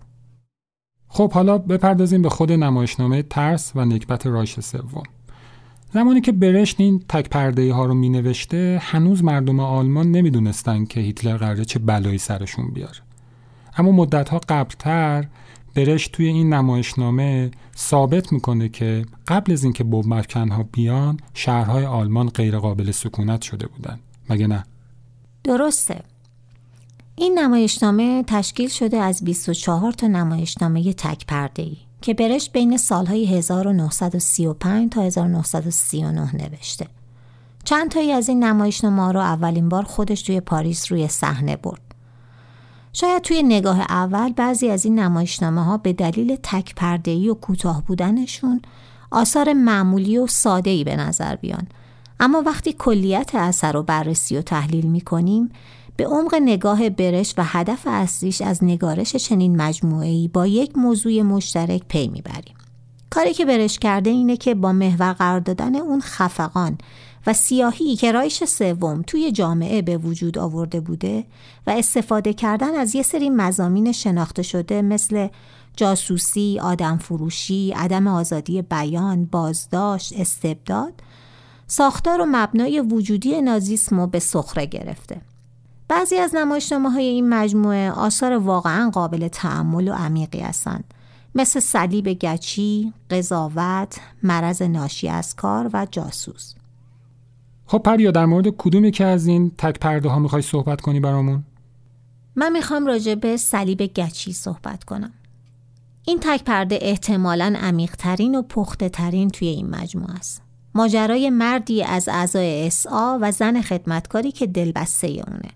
خب حالا بپردازیم به خود نمایشنامه ترس و نکبت رایش سوم. زمانی که برشت این تک پرده‌ای ها رو می نوشته هنوز مردم آلمان نمی دونستن که هیتلر قراره چه بلایی سرشون بیاره. اما مدت‌ها قبلتر برشت توی این نمایشنامه ثابت میکنه که قبل از اینکه بمب‌افکن‌ها بیان شهرهای آلمان غیر قابل سکونت شده بودن. مگه نه؟ درسته. این نمایشنامه تشکیل شده از 24 تا نمایشنامه تک پرده‌ای که برشت بین سالهای 1935 تا 1939 نوشته. چند تایی از این نمایشنامه‌ها رو اولین بار خودش توی پاریس روی صحنه برد. شاید توی نگاه اول بعضی از این نمایشنامه‌ها به دلیل تک پرده‌ای و کوتاه بودنشون آثار معمولی و ساده‌ای به نظر بیان، اما وقتی کلیت اثر رو بررسی و تحلیل می‌کنیم، به عمق نگاه برش و هدف اصلیش از نگارش چنین مجموعه‌ای با یک موضوع مشترک پی می‌بریم. کاری که برش کرده اینه که با محور قرار دادن اون خفقان و سیاهی که رایش سوم توی جامعه به وجود آورده بوده و استفاده کردن از یه سری مضامین شناخته شده مثل جاسوسی، آدمفروشی، عدم آزادی بیان، بازداشت، استبداد، ساختار و مبنای وجودی نازیسم رو به سخره گرفته. بعضی از نمایشنامه‌های این مجموعه آثار واقعاً قابل تأمل و عمیقی هستند، مثل صلیب گچی، قضاوت، مرض ناشی از کار و جاسوس. خب پریا، در مورد کدومی که از این تک پرده ها میخوای صحبت کنی برامون؟ من میخوام راجع به صلیب گچی صحبت کنم. این تک پرده احتمالاً عمیق‌ترین و پخته‌ترین توی این مجموعه است. ماجرای مردی از اعضای اسعا و زن خدمتکاری که دلبسته اونه.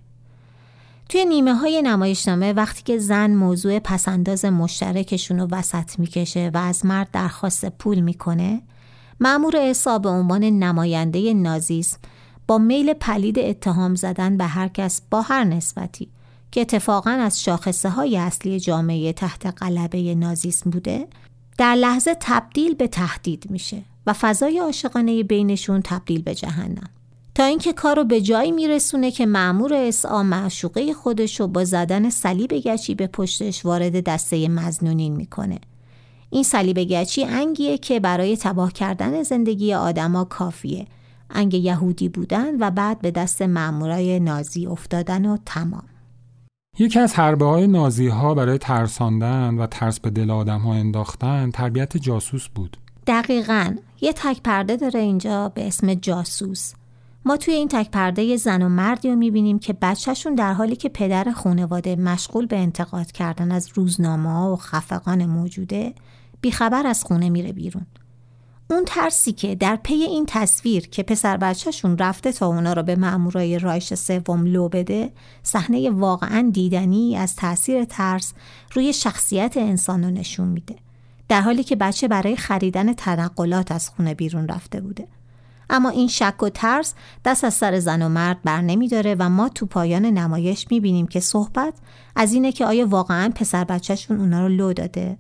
توی نیمه های نمایشنامه وقتی که زن موضوع پسنداز مشترکشون رو وسط میکشه و از مرد درخواست پول میکنه، مأمور اسعا به عنوان نماینده نازیسم با میل پلید اتهام زدن به هر کس با هر نسبتی که اتفاقاً از شاخصه های اصلی جامعه تحت غلبه نازیسم بوده، در لحظه تبدیل به تهدید میشه و فضای عاشقانه بینشون تبدیل به جهنم، تا اینکه کارو به جایی میرسونه که مأمور اسعا معشوقه خودشو با زدن صلیب گچی به پشتش وارد دسته مظنونین میکنه. این صلیب گچی انگیه که برای تباه کردن زندگی آدما کافیه، انگ یهودی بودن و بعد به دست مأمورای نازی افتادن و تمام. یکی از حربه های نازی ها برای ترساندن و ترس به دل آدم ها انداختن تربیت جاسوس بود. دقیقاً. یه تک پرده داره اینجا به اسم جاسوس. ما توی این تک پرده یه زن و مردی رو میبینیم که بچهشون در حالی که پدر خانواده مشغول به انتقاد کردن از روزنامه‌ها و خفقان موجوده، بیخبر از خونه میره بیرون. اون ترسی که در پی این تصویر که پسر بچهشون رفته تا اونا رو به مأمورای رایش سوم لو بده، صحنه واقعاً دیدنی از تأثیر ترس روی شخصیت انسان رو نشون میده. در حالی که بچه برای خریدن تنقلات از خونه بیرون رفته بوده. اما این شک و ترس دست از سر زن و مرد بر نمی داره و ما تو پایان نمایش می بینیم که صحبت از اینه که آیا واقعاً پسر بچهشون اونا رو لو داده؟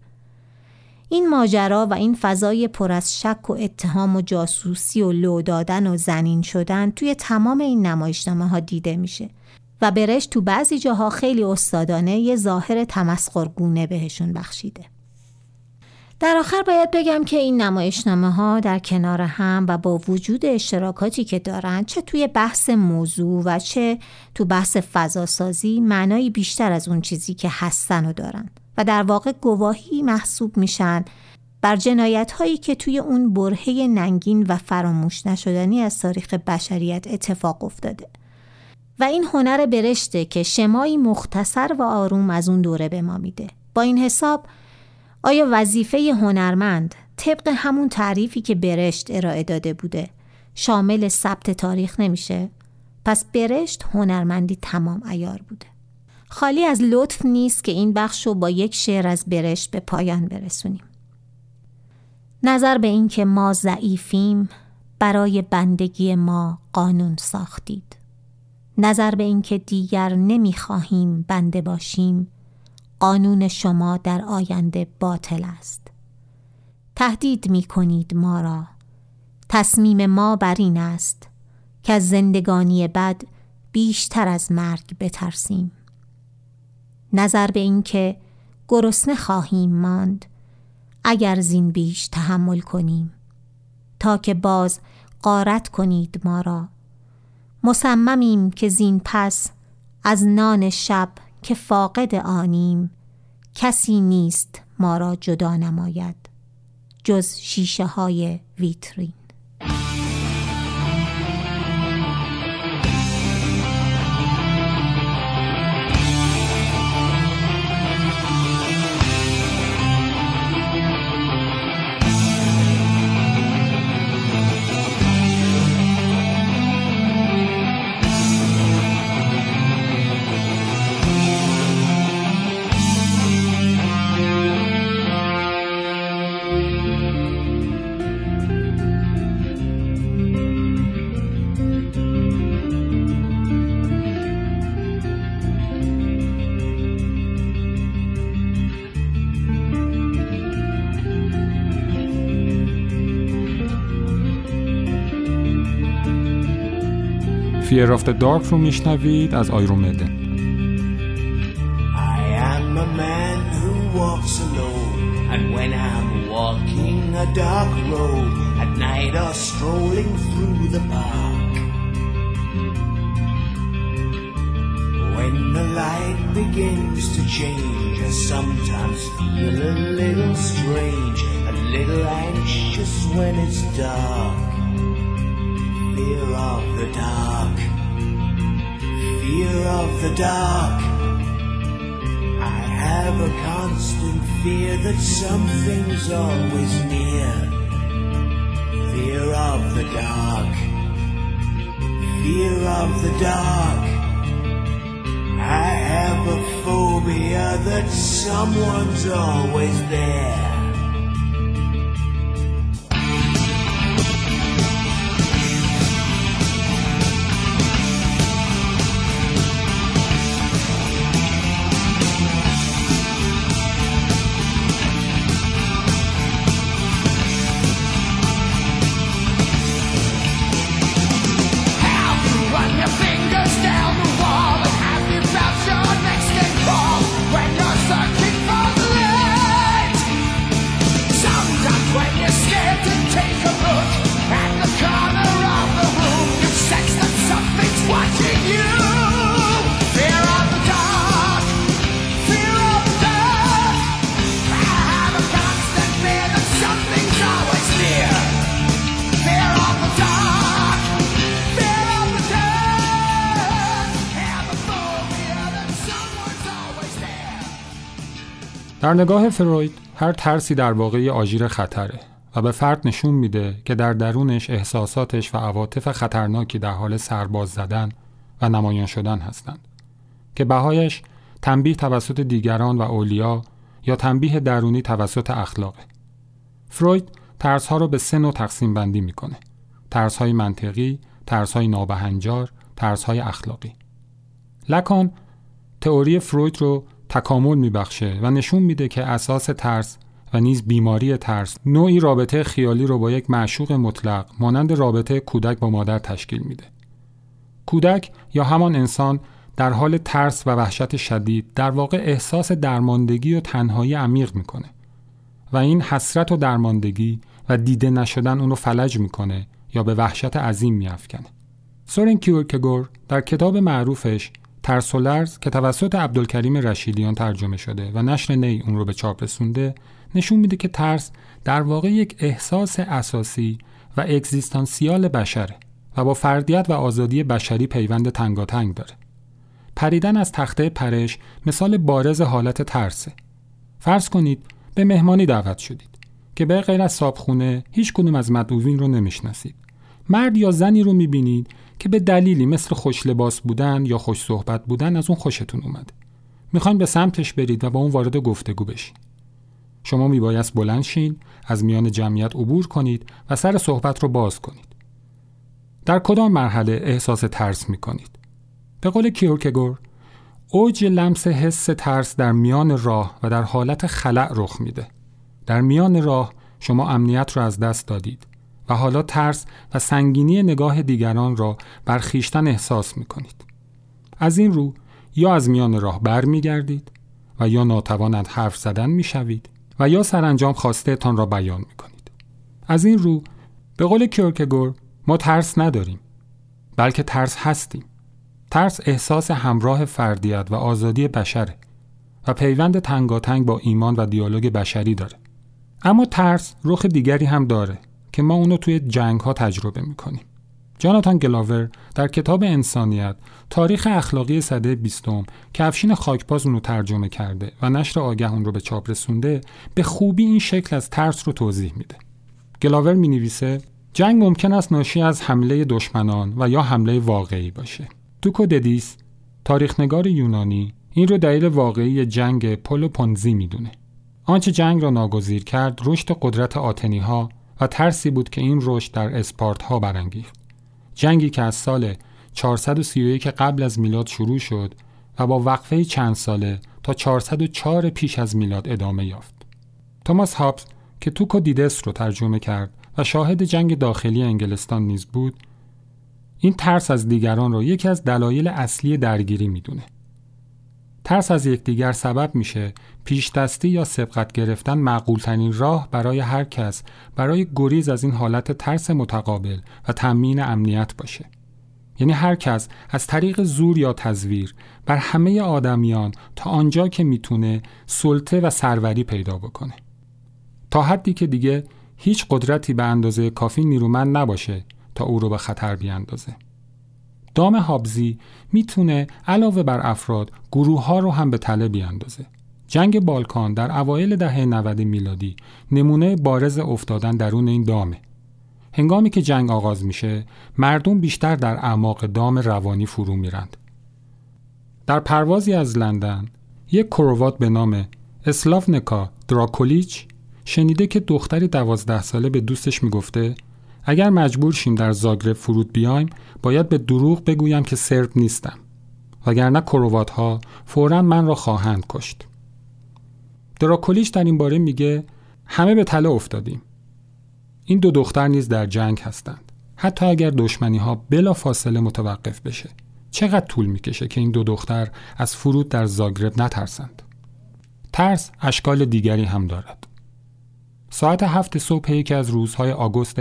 این ماجرا و این فضای پر از شک و اتهام و جاسوسی و لو دادن و زنین شدن توی تمام این نمایشنامه ها دیده میشه و برش تو بعضی جاها خیلی استادانه یه ظاهر تمسخرگونه بهشون بخشیده. در آخر باید بگم که این نمایشنامه‌ها در کنار هم و با وجود اشتراکاتی که دارن، چه توی بحث موضوع و چه تو بحث فضاسازی، معنایی بیشتر از اون چیزی که هستن رو دارن و در واقع گواهی محسوب میشن بر جنایت‌هایی که توی اون برهه ننگین و فراموش نشدنی از تاریخ بشریت اتفاق افتاده. و این هنر برشته که شمایی مختصر و آروم از اون دوره به ما میده. با این حساب آیا وظیفه هنرمند طبق همون تعریفی که برشت ارائه داده بوده شامل ثبت تاریخ نمیشه؟ پس برشت هنرمندی تمام عیار بوده. خالی از لطف نیست که این بخش رو با یک شعر از برشت به پایان برسونیم. نظر به این که ما ضعیفیم، برای بندگی ما قانون ساختید. نظر به این که دیگر نمیخواهیم بنده باشیم، قانون شما در آینده باطل است. تهدید می کنید ما را. تصمیم ما بر این است که از زندگانی بد بیشتر از مرگ بترسیم. نظر به این که گرسنه خواهیم ماند اگر زین بیش تحمل کنیم، تا که باز غارت کنید ما را. مصممیم که زین پس از نان شب که فاقد آنیم، کسی نیست ما را جدا نماید جز شیشه های ویترین. Fear of the Dark رو میشنوید از آیرون میدن. I am a man who walks alone, and when I'm walking a dark road at night or strolling through the park, when the light begins to change, I sometimes feel a little strange, a little anxious when it's dark. Fear of the dark, fear of the dark. I have a constant fear that something's always near. Fear of the dark, fear of the dark. I have a phobia that someone's always there. در نگاه فروید هر ترسی در واقع آژیر خطره و به فرد نشون میده که در درونش احساساتش و عواطف خطرناکی در حال سرباز زدن و نمایان شدن هستند که بهایش تنبیه توسط دیگران و اولیا یا تنبیه درونی توسط اخلاقه. فروید ترس‌ها رو به 3 نوع تقسیم بندی میکنه: ترس‌های منطقی، ترس‌های نابهنجار، ترس‌های اخلاقی. لکان تئوری فروید رو تکامل میبخشه و نشون میده که اساس ترس و نیز بیماری ترس نوعی رابطه خیالی رو با یک معشوق مطلق مانند رابطه کودک با مادر تشکیل میده. کودک یا همان انسان در حال ترس و وحشت شدید در واقع احساس درماندگی و تنهایی عمیق میکنه و این حسرت و درماندگی و دیده نشدن اونو فلج میکنه یا به وحشت عظیم میافکنه. سورن کیرکگور در کتاب معروفش ترس و لرز که توسط عبدالکریم رشیدیان ترجمه شده و نشر نی اون رو به چاپ رسونده نشون میده که ترس در واقع یک احساس اساسی و اگزیستانسیال بشره و با فردیت و آزادی بشری پیوند تنگاتنگ داره. پریدن از تخته پرش مثال بارز حالت ترسه. فرض کنید به مهمانی دعوت شدید که به غیر از صابخونه هیچ کدوم از مدعوین رو نمیشناسید. مرد یا زنی رو میبینید که به دلیلی مثل خوش لباس بودن یا خوش صحبت بودن از اون خوشتون اومده. میخواین به سمتش برید و با اون وارد گفتگو بشین. شما میبایست بلند شین، از میان جمعیت عبور کنید و سر صحبت رو باز کنید. در کدام مرحله احساس ترس میکنید؟ به قول کیرکگور، اوج لمس حس ترس در میان راه و در حالت خلأ رخ میده. در میان راه شما امنیت رو از دست دادید و حالا ترس و سنگینی نگاه دیگران را بر خویشتن احساس میکنید. از این رو یا از میان راه بر میگردید و یا ناتوانند حرف زدن میشوید و یا سرانجام خواسته تان را بیان میکنید. از این رو به قول کیرکگور ما ترس نداریم، بلکه ترس هستیم. ترس احساس همراه فردیت و آزادی بشره و پیوند تنگاتنگ با ایمان و دیالوگ بشری داره. اما ترس رخ دیگری هم داره که ما اونو توی جنگ ها تجربه میکنیم. جاناتان گلاور در کتاب انسانیت تاریخ اخلاقی سده 20 که افشین خاکباز اونو ترجمه کرده و نشر آگه اون رو به چاپ رسونده به خوبی این شکل از ترس رو توضیح میده. گلاور می نویسه جنگ ممکن است ناشی از حمله دشمنان و یا حمله واقعی باشه. توکودیدیس تاریخنگار یونانی این رو دلیل واقعی جنگ پلوپونزی میدونه. آنچه جنگ را ناگزیر کرد رشد قدرت آتنی‌ها و ترسی بود که این رشد در اسپارتها برانگیخت. جنگی که از سال 431 قبل از میلاد شروع شد و با وقفه چند ساله تا 404 پیش از میلاد ادامه یافت. توماس هابز که توکودیدس رو ترجمه کرد و شاهد جنگ داخلی انگلستان نیز بود، این ترس از دیگران رو یکی از دلایل اصلی درگیری میدونه. ترس از یکدیگر سبب میشه پیش دستی یا سبقت گرفتن معقول ترین راه برای هر کس برای گریز از این حالت ترس متقابل و تامین امنیت باشه. یعنی هر کس از طریق زور یا تزویر بر همه آدمیان تا آنجا که میتونه سلطه و سروری پیدا بکنه، تا حدی که دیگه هیچ قدرتی به اندازه کافی نیرومند نباشه تا او رو به خطر بیاندازه. دام هابزی میتونه علاوه بر افراد گروه ها رو هم به تله بیاندازه. جنگ بالکان در اوایل دهه 90 میلادی نمونه بارز افتادن درون این دامه. هنگامی که جنگ آغاز میشه، مردم بیشتر در اعماق دام روانی فرو میرند. در پروازی از لندن، یک کروات به نام اسلاونکا دراکولیچ شنیده که دختری 12 ساله به دوستش میگفته اگر مجبور شیم در زاگرب فرود بیایم باید به دروغ بگویم که سرب نیستم، وگرنه کروات ها فوراً من را خواهند کشت. دراکولیچ در این باره میگه همه به تله افتادیم. این دو دختر نیز در جنگ هستند. حتی اگر دشمنی ها بلا فاصله متوقف بشه، چقدر طول میکشه که این دو دختر از فرود در زاگرب نترسند؟ ترس اشکال دیگری هم دارد. ساعت 7 صبح یکی از روزهای آگوست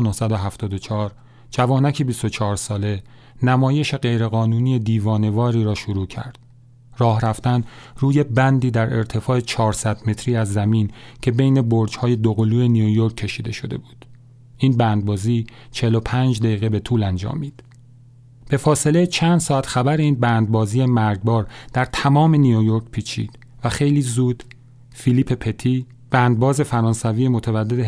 1974 جوانکی 24 ساله نمایش غیرقانونی دیوانه‌واری را شروع کرد. راه رفتن روی بندی در ارتفاع 400 متری از زمین که بین برج‌های دوقلوی نیویورک کشیده شده بود. این بندبازی 45 دقیقه به طول انجامید. به فاصله چند ساعت خبر این بندبازی مرگبار در تمام نیویورک پیچید و خیلی زود فیلیپ پتی، بندباز فرانسوی متولد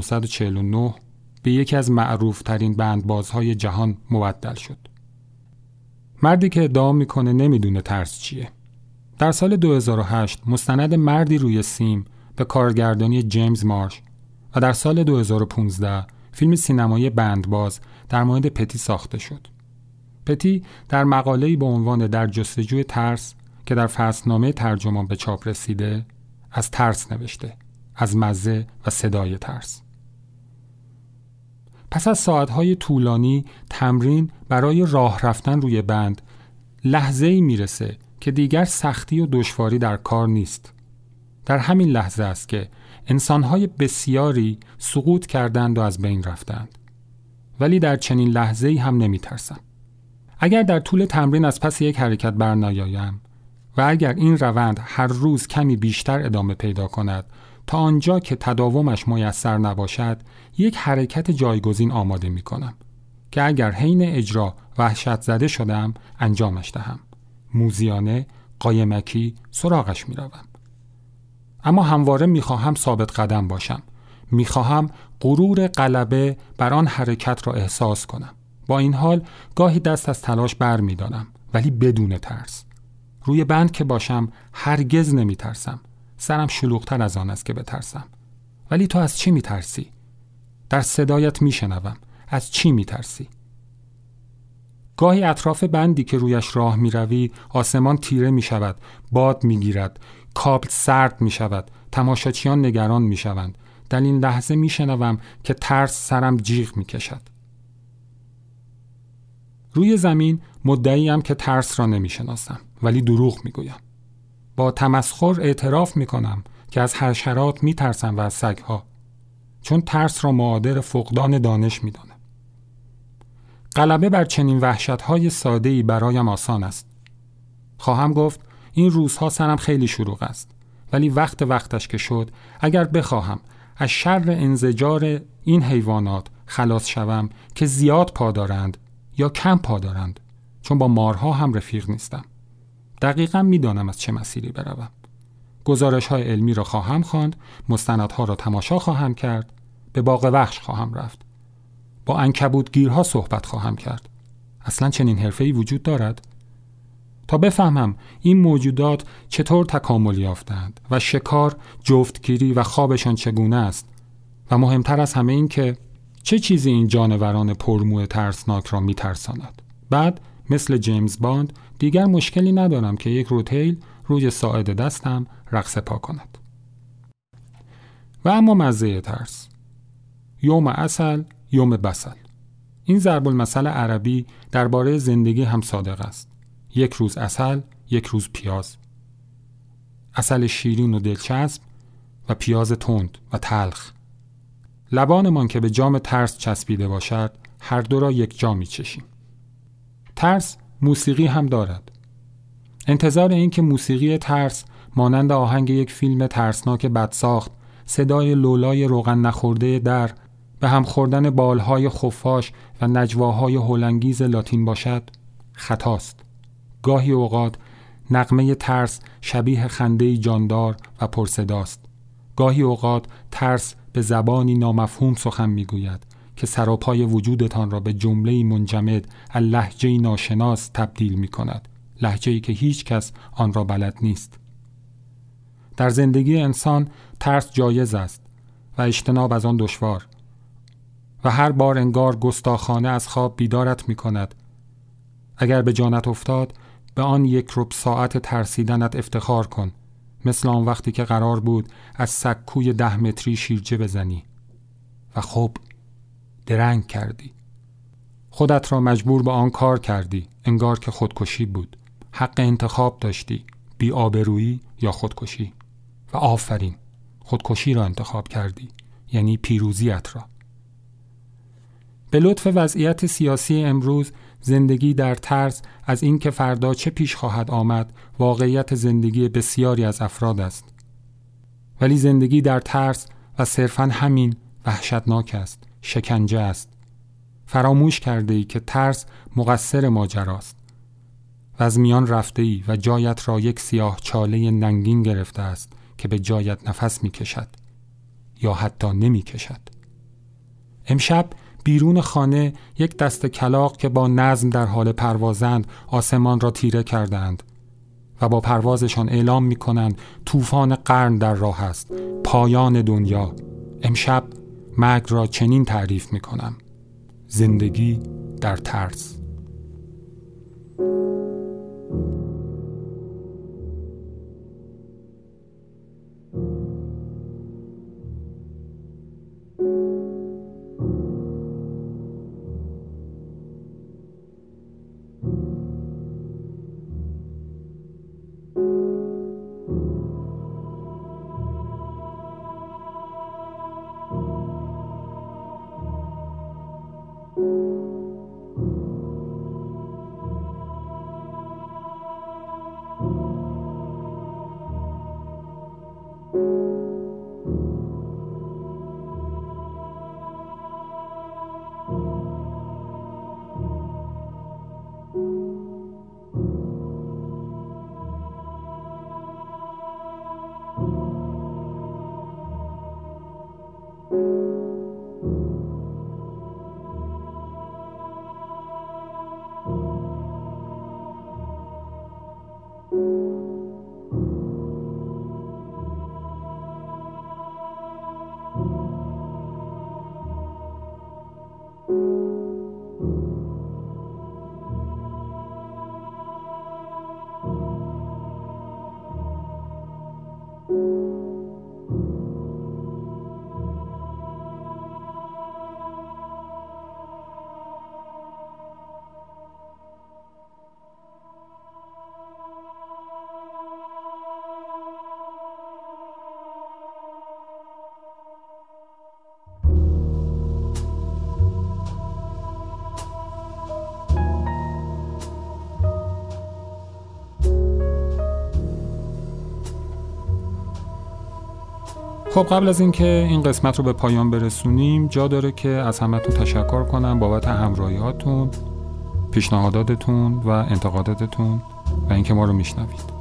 1949، به یکی از معروف‌ترین بندبازهای جهان مبدل شد. مردی که ادعا میکنه نمیدونه ترس چیه. در سال 2008 مستند مردی روی سیم به کارگردانی جیمز مارش و در سال 2015 فیلم سینمایی بندباز در مورد پتی ساخته شد. پتی در مقاله‌ای با عنوان در جستجوی ترس که در فصلنامه ترجمان به چاپ رسیده از ترس نوشته، از مزه و صدای ترس. پس از ساعتهای طولانی تمرین برای راه رفتن روی بند، لحظه‌ای میرسه که دیگر سختی و دشواری در کار نیست. در همین لحظه است که انسانهای بسیاری سقوط کردند و از بین رفتند. ولی در چنین لحظه‌ای هم نمیترسم. اگر در طول تمرین از پس یک حرکت برنیایم و اگر این روند هر روز کمی بیشتر ادامه پیدا کند تا آنجا که تداومش میسر نباشد، یک حرکت جایگزین آماده می کنم که اگر حین اجرا وحشت زده شدم انجامش دهم. موذیانه، قایمکی سراغش می روم. اما همواره می خواهم ثابت قدم باشم. می خواهم غرور غلبه بر آن حرکت را احساس کنم. با این حال گاهی دست از تلاش بر می دارم، ولی بدون ترس. روی بند که باشم هرگز نمی ترسم. سرم شلوغتر از آن است که بترسم. ولی تو از چی می ترسی؟ در صدایت می شنوم. از چی می ترسی؟ گاهی اطراف بندی که رویش راه می روی آسمان تیره می شود، باد می گیرد، کابل سرد می شود، تماشاچیان نگران می شوند. در این لحظه می شنوم که ترس سرم جیغ می کشد. روی زمین مدعیم که ترس را نمی شناسم، ولی دروغ می گویم. با تمسخر اعتراف می کنم که از حشرات می ترسم و از سگها، چون ترس را معادل فقدان دانش می دانم. غلبه بر چنین وحشت‌های ساده‌ای برایم آسان است. خواهم گفت این روزها سرم خیلی شلوغ است، ولی وقتش که شد اگر بخواهم از شر انزجار این حیوانات خلاص شوم که زیاد پا دارند یا کم پا دارند، چون با مارها هم رفیق نیستم. دقیقاً میدانم از چه مسیری بروم. گزارش‌های علمی را خواهم خواند، مستندها را تماشا خواهم کرد، به باغ وحش خواهم رفت. با عنکبوتگیرها صحبت خواهم کرد. اصلاً چنین حرفه‌ای وجود دارد؟ تا بفهمم این موجودات چطور تکامل یافتند و شکار، جفتگیری و خوابشان چگونه است، و مهمتر از همه این که چه چیزی این جانوران پرموی ترسناک را میترساند. بعد مثل جیمز باند دیگر مشکلی ندارم که یک روتیل روی ساعد دستم رقص پا کند. و اما مزه ترس. یوم عسل، یوم بسل. این ضرب المثل عربی درباره زندگی هم صادق است. یک روز عسل، یک روز پیاز. عسل شیرین و دلچسب و پیاز تند و تلخ. لبانمان که به جام ترس چسبیده باشد، هر دو را یک جا می‌چشیم. ترس موسیقی هم دارد. انتظار این که موسیقی ترس مانند آهنگ یک فیلم ترسناک بدساخت، صدای لولای روغن نخورده در، به هم خوردن بالهای خفاش و نجواهای هولانگیز لاتین باشد، خطاست. گاهی اوقات نغمه ترس شبیه خنده‌ای جاندار و پرصداست. گاهی اوقات ترس به زبانی نامفهوم سخن میگوید که سراپای وجودتان را به جمله‌ای منجمد از لهجه‌ای ناشناس تبدیل می‌کند، لهجه‌ای که هیچ کس آن را بلد نیست. در زندگی انسان ترس جایز است و اجتناب از آن دشوار و هر بار انگار گستاخانه از خواب بیدارت می‌کند. اگر به جانت افتاد، به آن یک ربع ساعت ترسیدنت افتخار کن، مثل آن وقتی که قرار بود از سکوی 10 متری شیرجه بزنی و خب درنگ کردی. خودت را مجبور به آن کار کردی، انگار که خودکشی بود. حق انتخاب داشتی، بی آبرویی یا خودکشی. و آفرین، خودکشی را انتخاب کردی، یعنی پیروزیت را. به لطف وضعیت سیاسی امروز، زندگی در ترس از این که فردا چه پیش خواهد آمد واقعیت زندگی بسیاری از افراد است. ولی زندگی در ترس و صرفاً همین وحشتناک است، شکنجه است. فراموش کرده ای که ترس مقصر ماجراست و از میان رفته ای و جایت را یک سیاه چاله ننگین گرفته است که به جایت نفس می کشد یا حتی نمی کشد. امشب بیرون خانه یک دست کلاغ که با نظم در حال پروازند آسمان را تیره کردند و با پروازشان اعلام می کنند طوفان قرن در راه است، پایان دنیا. امشب مرگ را چنین تعریف می کنم: زندگی در ترس. خب قبل از اینکه این قسمت رو به پایان برسونیم، جا داره که از همتون تشکر کنم بابت همراهیاتون، پیشنهاداتتون و انتقاداتتون و اینکه ما رو میشنوید.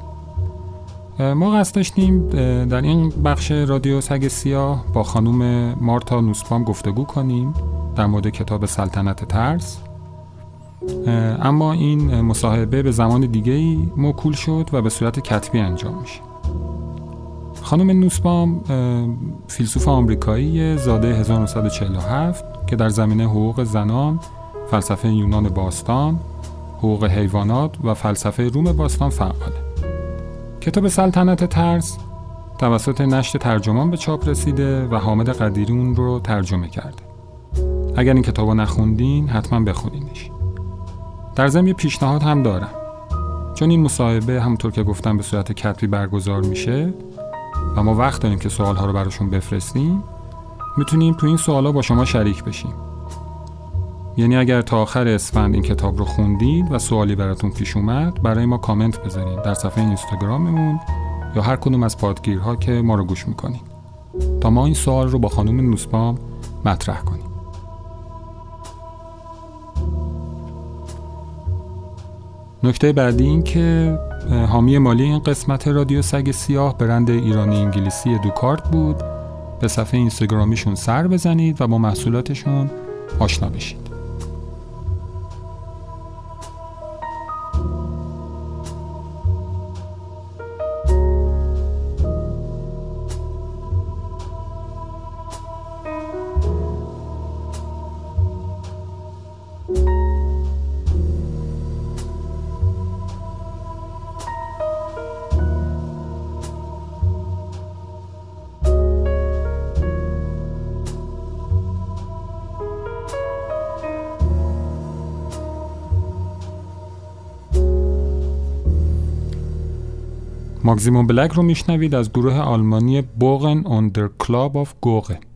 ما قصد داشتیم در این بخش رادیو سگ سیاه با خانم مارتا نوسبام گفتگو کنیم در مورد کتاب سلطنت ترس، اما این مصاحبه به زمان دیگه‌ای موکول شد و به صورت کتبی انجام میشه. خانم نوسبام فیلسوف آمریکایی زاده 1947 که در زمینه حقوق زنان، فلسفه یونان باستان، حقوق حیوانات و فلسفه روم باستان فعاله. کتاب سلطنت ترس توسط نشر ترجمان به چاپ رسیده و حامد قدیری اون رو ترجمه کرده. اگر این کتابو نخوندین حتما بخونینش. در ضمن یه پیشنهاد هم دارم. چون این مصاحبه همونطور که گفتم به صورت کتبی برگزار میشه و ما وقت داریم که سوالها رو براشون بفرستیم، میتونیم تو این سوالا با شما شریک بشیم. یعنی اگر تا آخر اسفند این کتاب رو خوندید و سوالی براتون پیش اومد، برای ما کامنت بذارید در صفحه اینستاگراممون یا هر کدوم از پادگیرها که ما رو گوش میکنین تا ما این سوال رو با خانم نوسبام مطرح کنیم. نکته بعدی این که حامی مالی این قسمت رادیو سگ سیاه برند ایرانی انگلیسی دوکارت بود. به صفحه اینستاگرامیشون سر بزنید و با محصولاتشون آشنا بشید. ماکزیموم بلک رو میشنوید از گروه آلمانی بوغن اندر کلاب آف گوغه.